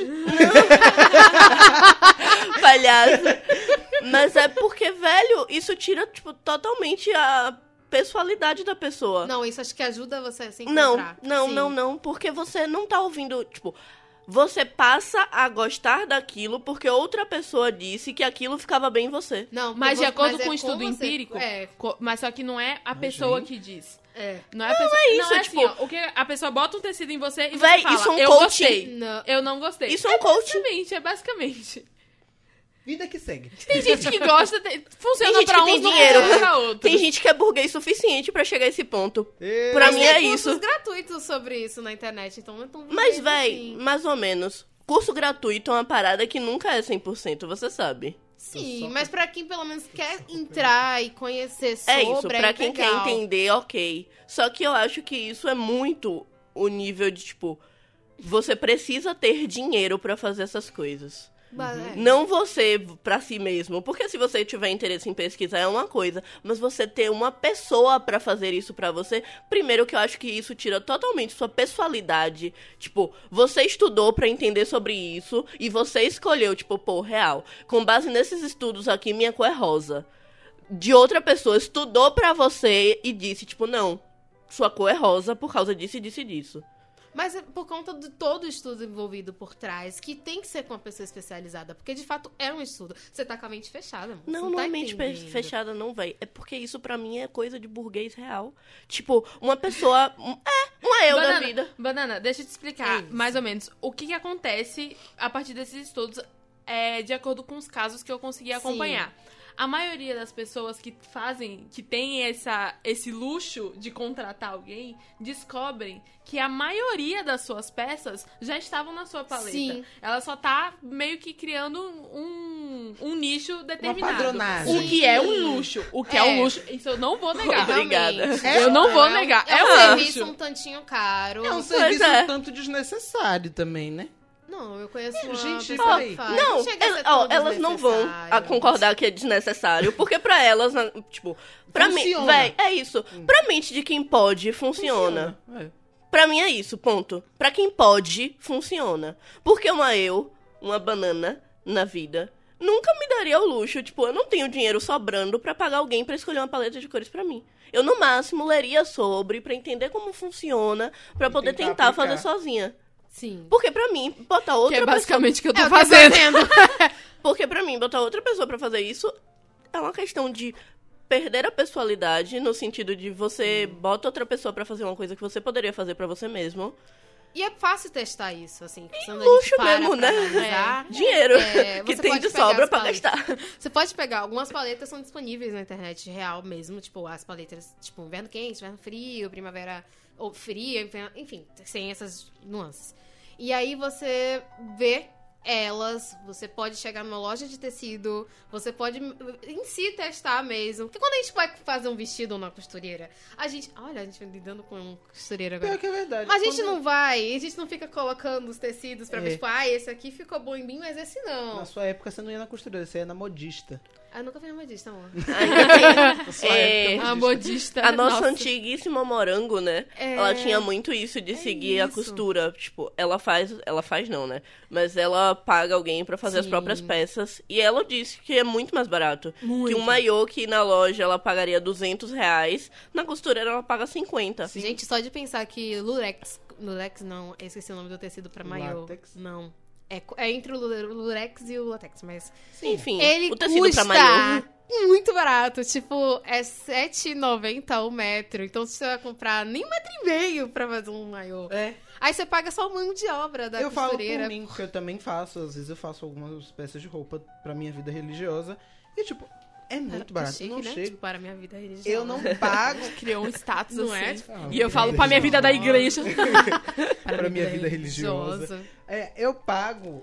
S4: palhaço. Mas é porque, velho, isso tira, tipo, totalmente a pessoalidade da pessoa.
S2: Não, isso acho que ajuda você a se
S4: Não,
S2: encontrar.
S4: não,
S2: Sim.
S4: não, não, porque você não tá ouvindo, tipo, você passa a gostar daquilo porque outra pessoa disse que aquilo ficava bem em você.
S2: Não, porque
S3: Mas de
S2: você-
S3: acordo
S2: mas é
S3: com o estudo
S2: você-
S3: empírico,
S2: É,
S3: co- mas só que não é a pessoa
S1: gente.
S3: que diz.
S2: é.
S3: Não é a pessoa.
S4: é isso,
S3: não é
S4: tipo-
S3: assim, ó, o que a pessoa bota um tecido em você e
S4: Véi,
S3: você fala,
S4: isso é um
S3: eu
S4: coaching.
S3: gostei.
S2: Não.
S3: Eu não gostei.
S4: Isso é um coaching.
S3: Basicamente, é basicamente.
S1: Vida que segue.
S3: Tem gente que gosta, tem- funciona
S4: Tem gente
S3: pra
S4: que tem
S3: uns, não
S4: dinheiro.
S3: funciona pra outros.
S4: Tem gente que é burguês suficiente pra chegar a esse ponto.
S1: E-
S4: Pra
S2: Mas
S4: mim
S2: tem
S4: é
S2: cursos
S4: isso.
S2: gratuitos sobre isso na internet, então não é tão
S4: Mas,
S2: violento
S4: véi,
S2: assim.
S4: mais ou menos. Curso gratuito é uma parada que nunca é cem por cento, você sabe.
S2: Sim,
S1: Só-
S2: mas pra quem pelo menos quer entrar e conhecer sobre,
S4: É isso, pra quem
S2: legal.
S4: quer entender, ok. Só que eu acho que isso é muito o nível de, tipo, você precisa ter dinheiro pra fazer essas coisas.
S2: Mas, é.
S4: Não você pra si mesmo, porque se você tiver interesse em pesquisar é uma coisa, mas você ter uma pessoa pra fazer isso pra você, primeiro que eu acho que isso tira totalmente sua pessoalidade. Tipo, você estudou pra entender sobre isso e você escolheu, tipo, pô, real, com base nesses estudos aqui, minha cor é rosa. De outra pessoa estudou pra você e disse, tipo, não, sua cor é rosa por causa disso e disso e disso.
S2: Mas é por conta de todo o estudo envolvido por trás, que tem que ser com uma pessoa especializada, porque de fato é um estudo. Você tá com a mente fechada, amor.
S4: Não,
S2: Você
S4: não
S2: tá
S4: é mente pe-
S2: entendendo.
S4: fechada, não, véi. É porque isso pra mim é coisa de burguês real. Tipo, uma pessoa. um- É, uma eu da
S3: Banana,
S4: vida.
S3: Banana, deixa eu te explicar
S2: É isso.
S3: mais ou menos o que, que acontece a partir desses estudos. é, de acordo com os casos que eu consegui acompanhar. A maioria das pessoas que fazem, que tem essa, esse luxo de contratar alguém, descobrem que a maioria das suas peças já estavam na sua paleta.
S2: Sim.
S3: Ela só tá meio que criando um, um nicho determinado.
S1: Uma padronagem.
S3: O que é um luxo. O que é,
S2: É.
S3: um luxo, isso eu não vou negar.
S4: Obrigada.
S2: Realmente.
S1: É,
S3: eu não vou
S2: É um-
S3: negar.
S2: É
S3: É
S2: um
S3: um
S2: serviço
S3: luxo.
S2: um tantinho caro.
S1: É um
S4: Pois
S1: serviço
S4: é.
S1: um tanto desnecessário também, né?
S2: Não, eu conheço uma
S1: Gente,
S2: pessoa
S1: peraí.
S2: que faz.
S4: Não,
S2: chega a ser
S4: el- ó,
S2: tão
S4: elas não vão a
S2: desnecessário.
S4: concordar que é desnecessário, porque pra elas, na- tipo, pra mim,
S1: Funciona.
S4: véi, é isso. Pra mente de quem pode, funciona.
S1: É.
S4: Pra mim é isso, ponto. Pra quem pode, funciona. Porque uma eu, uma banana na vida, nunca me daria o luxo, tipo, eu não tenho dinheiro sobrando pra pagar alguém pra escolher uma paleta de cores pra mim. Eu, no máximo, leria sobre pra entender como funciona, pra
S1: E
S4: poder
S1: tentar
S4: tentar
S1: aplicar.
S4: fazer sozinha.
S2: Sim.
S4: Porque pra mim, botar outra
S3: Que é basicamente o que eu tô
S2: É o que eu tô
S3: fazendo.
S2: fazendo.
S4: Porque pra mim, botar outra pessoa pra fazer isso é uma questão de perder a pessoalidade, no sentido de você bota outra pessoa pra fazer uma coisa que você poderia fazer pra você mesmo.
S2: E é fácil testar isso, assim. Quando a
S4: luxo
S2: gente para
S4: mesmo,
S2: pra
S4: né?
S2: analisar,
S4: Dinheiro
S2: É,
S4: que
S2: você
S4: tem
S2: pode
S4: de
S2: pegar
S4: sobra
S2: as
S4: pra
S2: paletas.
S4: gastar.
S2: Você pode pegar, algumas paletas são disponíveis na internet real mesmo, tipo, as paletas, tipo, inverno quente, inverno frio, primavera ou fria, inverno- enfim, sem essas nuances. E aí você vê elas, você pode chegar numa loja de tecido, você pode em si testar mesmo. Porque quando a gente vai fazer um vestido ou na costureira, a gente, olha, a gente vai lidando com uma costureira agora.
S1: Pior que é verdade.
S2: Mas a gente
S1: Quando-
S2: não vai, a gente não fica colocando os tecidos pra ver,
S1: É.
S2: tipo, ah, esse aqui ficou bom em mim, mas esse não.
S1: Na sua época você não ia na costureira, você ia na modista.
S2: Ah, eu nunca fui numa disso, amor.
S4: Ainda
S1: Na sua
S4: É,
S1: época,
S3: A modista.
S4: tem a nossa antiguíssima Morango, né?
S2: É.
S4: Ela tinha muito isso de
S2: É
S4: seguir a
S2: isso.
S4: costura. Tipo, ela faz... Ela faz não, né? Mas ela paga alguém pra fazer as
S2: Sim.
S4: próprias peças. E ela disse que é muito mais barato.
S3: Muito.
S4: Que um maiô que na loja ela pagaria duzentos reais, na costureira ela paga cinquenta.
S2: Gente, só de pensar que lurex... Lurex não, eu esqueci o nome do tecido pra maiô.
S1: Látex?
S2: Não. É, co- é entre o lu- lurex e o latex, mas...
S4: Enfim,
S2: Ele
S4: o tecido
S2: custa
S4: pra maiô.
S2: muito barato. Tipo, é sete reais e noventa centavos o metro. Então, se você vai comprar nem um metro e meio pra fazer um maiô.
S1: É,
S2: Aí você paga só mão de obra da
S1: eu falo
S2: costureira.
S1: por mim, porque eu também faço. Às vezes eu faço algumas peças de roupa pra minha vida religiosa. E, tipo, é muito
S2: Que
S1: barato.
S2: chique,
S1: não
S2: né?
S1: chego.
S2: Tipo, para a minha vida religiosa.
S1: Eu não pago
S3: Criou um status
S2: Não
S3: assim.
S2: é? Tipo,
S1: Ah,
S3: E eu falo pra minha vida da igreja.
S1: pra minha vida religiosa. É, eu pago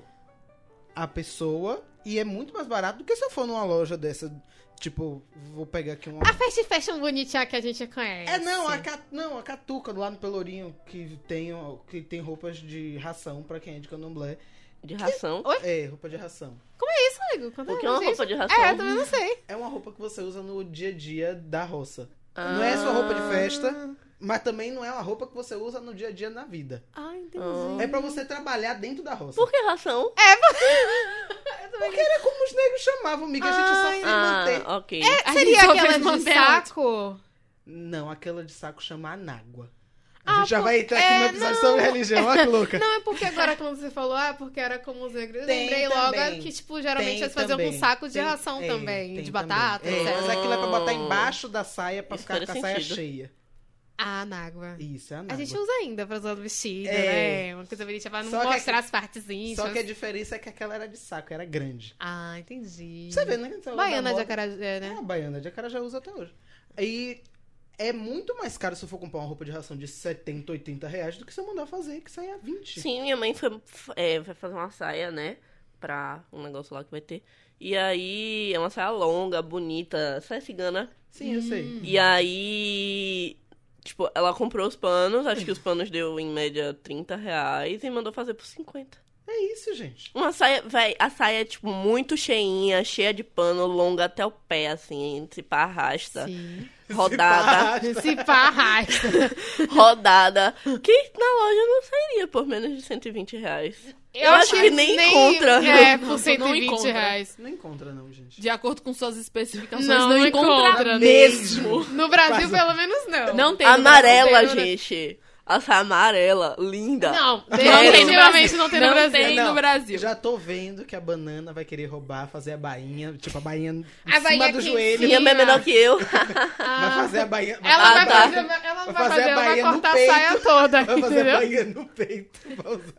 S1: a pessoa e é muito mais barato do que se eu for numa loja dessa. Tipo, vou pegar aqui uma.
S2: A fast fashion bonitinha que a gente conhece.
S1: É, não, a, ca... não, a Catuca, lá no Pelourinho, que tem, ó, que tem roupas de ração pra quem é de candomblé.
S4: De ração.
S1: É, roupa de ração.
S2: Isso, amigo. Conta
S4: O que é
S2: pra
S4: uma
S2: gente.
S4: roupa de ração?
S2: É, eu também não sei.
S1: É uma roupa que você usa no dia a dia da roça.
S4: Ah.
S1: Não é sua roupa de festa, mas também não é uma roupa que você usa no dia a dia na vida.
S2: Ah, entendi.
S4: Ah.
S1: É pra você trabalhar dentro da roça.
S4: Por que ração?
S1: Porque era como os negros chamavam, amiga. A gente só
S2: Ai.
S1: fez
S4: Ah,
S1: manter.
S4: ok.
S3: A
S2: Seria
S3: gente só
S2: aquela
S3: fez
S2: de
S3: manter
S2: saco?
S1: Não, aquela de saco chama anágua. A
S2: Ah,
S1: gente já
S2: pô,
S1: vai entrar aqui
S2: é,
S1: no episódio
S2: não.
S1: sobre religião, olha que louca.
S2: Não, é porque agora quando você falou, ah, porque era como os negros. Eu
S1: Tem
S2: lembrei logo
S1: também.
S2: que, tipo, geralmente
S1: Tem
S2: eles faziam
S1: também.
S2: com saco de
S1: Tem-
S2: ração
S1: é,
S2: também.
S1: tem
S2: De batata,
S1: também. É,
S2: etcétera.
S1: mas aquilo é pra botar embaixo da saia pra
S4: Isso
S1: ficar com a
S4: faz
S1: saia
S4: sentido.
S1: cheia.
S2: Ah, na água.
S1: Isso, é
S2: A
S1: anágua.
S2: gente usa ainda pra usar no vestido,
S1: É.
S2: né? Uma coisa bonitinha pra não
S1: Só que
S2: mostrar
S1: aqui-
S2: as partes íntimas.
S1: Só que a diferença é que aquela era de saco, era grande.
S2: Ah, entendi.
S1: Você vê, né? Você olha
S2: Baiana
S1: na
S2: de
S1: moda-
S2: acarajé,
S1: É,
S2: né?
S1: a baiana de acarajé usa até hoje. E é muito mais caro se eu for comprar uma roupa de ração de setenta, oitenta reais do que se eu mandar fazer, que sai a vinte.
S4: Sim, minha mãe foi, é, vai fazer uma saia, né? Pra um negócio lá que vai ter. E aí, é uma saia longa, bonita, saia cigana.
S1: Sim, eu sei.
S4: E aí, tipo, ela comprou os panos, acho que os panos deu em média trinta reais e mandou fazer por cinquenta.
S1: É isso, gente.
S4: Uma saia, véi, a saia é, tipo, muito cheinha, cheia de pano, longa até o pé, assim, se pá arrasta.
S2: Sim.
S4: Rodada,
S2: Se pá, arrasta.
S4: rodada, que na loja não sairia por menos de cento e vinte reais.
S2: Eu,
S4: acho que nem encontra.
S2: É,
S3: Não,
S2: por cento
S3: não
S2: e vinte
S3: encontra.
S2: reais.
S1: Não encontra, não, gente.
S3: De acordo com suas especificações,
S2: Não,
S3: não,
S2: não
S3: encontra,
S2: encontra
S3: mesmo.
S2: No Brasil, pelo menos, não.
S3: Não tem no
S4: Amarela,
S3: Brasil.
S4: gente. A saia amarela, linda.
S2: Não,
S3: Não tem no
S2: definitivamente
S3: Brasil.
S2: não tem no
S3: Não
S2: Brasil.
S3: tem
S1: Não,
S3: no Brasil.
S1: Já tô vendo que a banana vai querer roubar, fazer a bainha, tipo a bainha em
S2: A
S1: cima
S2: bainha
S1: do
S2: aqui em
S1: joelho.
S2: cima.
S4: Minha mãe é menor que eu.
S1: Vai fazer a bainha.
S2: Ela
S4: Ah,
S2: vai
S4: tá.
S2: fazer, ela não vai
S1: Vai fazer
S2: fazer,
S1: a
S2: ela vai
S1: bainha no
S2: cortar a
S1: peito.
S2: saia toda,
S1: Vai fazer a
S2: entendeu?
S1: bainha no peito pra usar.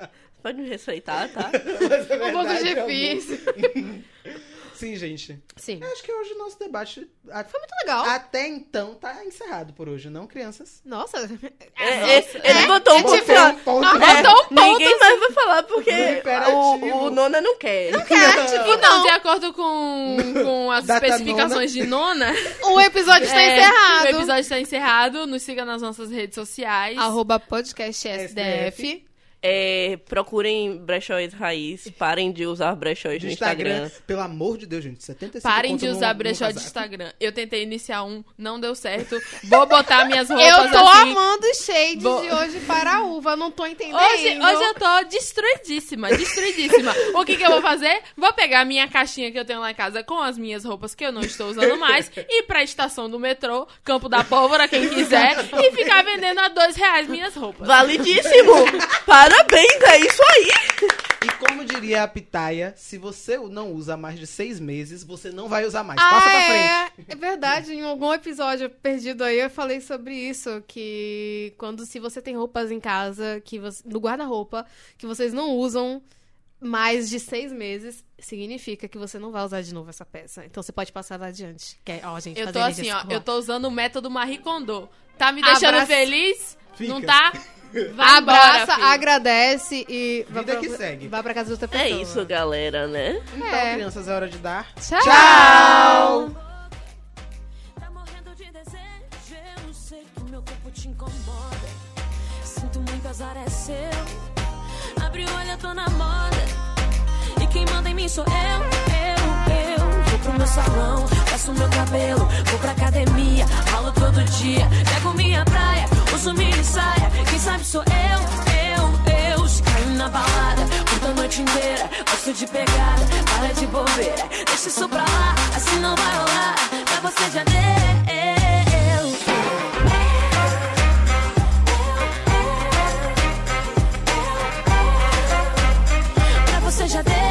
S4: Pode me respeitar, tá?
S1: Mas é
S2: Um pouco
S1: verdade, amor.
S2: difícil.
S1: Sim, gente.
S2: Sim.
S1: Eu acho que hoje o nosso debate... a-
S2: Foi muito legal.
S1: Até então tá encerrado por hoje, não, crianças?
S2: Nossa.
S4: É, é, ele botou um
S2: é
S4: ponto
S2: tipo-
S4: pra...
S1: ponto
S2: Ah,
S1: pra-
S2: botou um ponto,
S4: Ninguém mais vai falar porque
S1: Imperativo.
S4: o, o Nona não quer.
S3: Então, de acordo com, com as
S1: Data
S3: especificações de nona,
S2: O episódio está
S3: é,
S2: encerrado.
S3: o episódio está encerrado. Nos siga nas nossas redes sociais.
S2: Arroba podcast S D F.
S4: É, procurem brechóis raiz, parem de usar brechóis
S1: Do
S4: no
S1: Instagram.
S4: Instagram.
S1: Pelo amor de Deus, gente. setenta e cinco
S3: Parem
S1: conto
S3: de
S1: num-
S3: usar
S1: num
S3: brechó de
S1: casaco.
S3: Instagram. Eu tentei iniciar um, não deu certo. Vou botar minhas roupas
S2: Eu tô
S3: assim.
S2: amando os shades
S3: Vou-
S2: de hoje para a uva, não tô entendendo.
S3: Hoje, hoje eu tô destruidíssima, destruidíssima. O que que eu vou fazer? Vou pegar a minha caixinha que eu tenho lá em casa com as minhas roupas que eu não estou usando mais, ir pra estação do metrô, Campo da Pólvora, quem quiser, e ficar vendendo a dois reais minhas roupas.
S4: Validíssimo! Parabéns, é isso aí!
S1: E como diria a Pitaia, se você não usa mais de seis meses, você não vai usar mais. Passa
S2: Ah,
S1: pra
S2: é,
S1: frente.
S2: é verdade, em algum episódio perdido aí eu falei sobre isso, que quando se você tem roupas em casa, que você, no guarda-roupa, que vocês não usam mais de seis meses, significa que você não vai usar de novo essa peça. Então você pode passar lá adiante. Que é, ó, gente,
S3: Eu
S2: fazer
S3: tô
S2: energia
S3: assim, ó,
S2: circular.
S3: eu tô usando o método Marie Kondo. Tá me deixando
S2: Abraço.
S3: feliz?
S1: Fica.
S3: Não tá? Vai
S2: Abraça,
S3: embora, filho.
S2: agradece e vai
S1: Vida
S2: pra,
S1: que segue.
S2: vai pra casa de outra pessoa.
S4: É isso, galera, né?
S1: Então,
S2: É.
S1: crianças, é hora de dar.
S2: Tchau!
S1: Tchau!
S5: Tá morrendo de desejo, eu sei que meu corpo te incomoda. Sinto muito, azar é seu. Abre o olho, eu tô na moda. E quem manda em mim sou eu, eu, eu. Vou pro meu salão, faço meu cabelo, vou pra academia, ralo todo dia. Pego minha praia, uso mini saia. Quem sabe sou eu, eu, eu. Caio na balada, curto a noite inteira. Gosto de pegada, para de bobeira. Deixa isso pra lá, assim não vai rolar. Pra você já deu. Pra você já deu.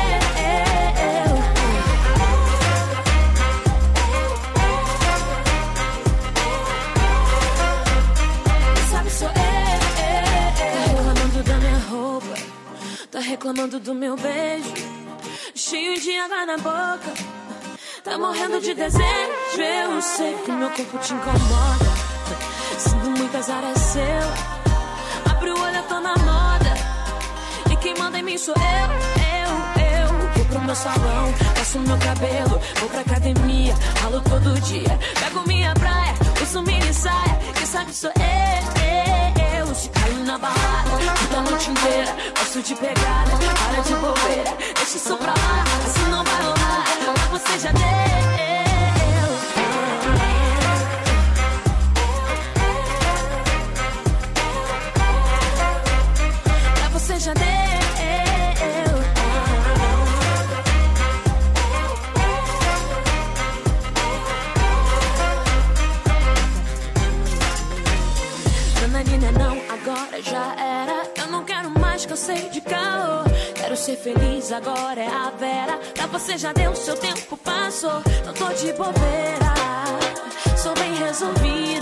S5: Sabe, sou eu. Tá reclamando da minha roupa, tá reclamando do meu beijo, cheio de água na boca. Tá morrendo de desejo, eu sei que meu corpo te incomoda. Sinto muito, azar é seu. Abre o olho, eu tô na moda. E quem manda em mim sou eu, eu, eu. Vou pro meu salão, faço meu cabelo, vou pra academia, ralo todo dia. Pego minha praia, uso mini saia. Quem sabe sou eu, eu. Se caio na balada, curto a noite inteira. Gosto de pegada, para de bobeira. Deixa isso pra lá, assim não vai rolar. Pra você já deu. Pra você já deu. Danadinha não, agora já era. Eu não quero mais que eu sei de caô. Quero ser feliz, agora é a Vera. Pra você já deu, seu tempo passou. Não tô de bobeira, sou bem resolvida.